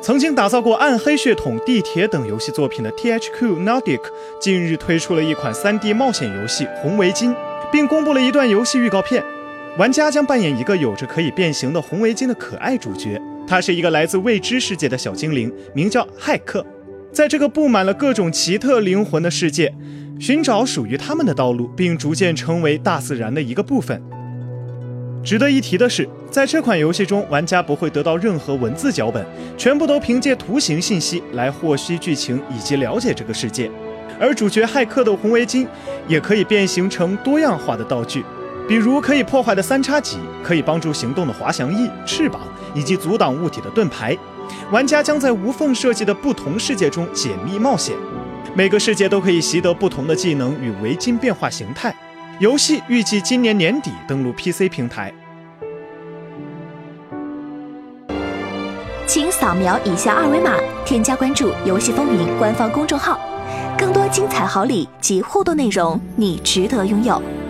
曾经打造过《暗黑血统》、《地铁》等游戏作品的 THQ Nordic 近日推出了一款 3D 冒险游戏《红围巾》，并公布了一段游戏预告片。玩家将扮演一个有着可以变形的红围巾的可爱主角，他是一个来自未知世界的小精灵，名叫骇客。在这个布满了各种奇特灵魂的世界，寻找属于他们的道路，并逐渐成为大自然的一个部分。值得一提的是，在这款游戏中，玩家不会得到任何文字脚本，全部都凭借图形信息来获悉剧情以及了解这个世界。而主角骇客的红围巾也可以变形成多样化的道具，比如可以破坏的3叉戟，可以帮助行动的滑翔翼、翅膀，以及阻挡物体的盾牌。玩家将在无缝设计的不同世界中解密冒险，每个世界都可以习得不同的技能与围巾变化形态。游戏预计今年年底登陆 PC 平台。 请扫描以下2维码，添加关注“游戏风云”官方公众号，更多精彩好礼及互动内容，你值得拥有。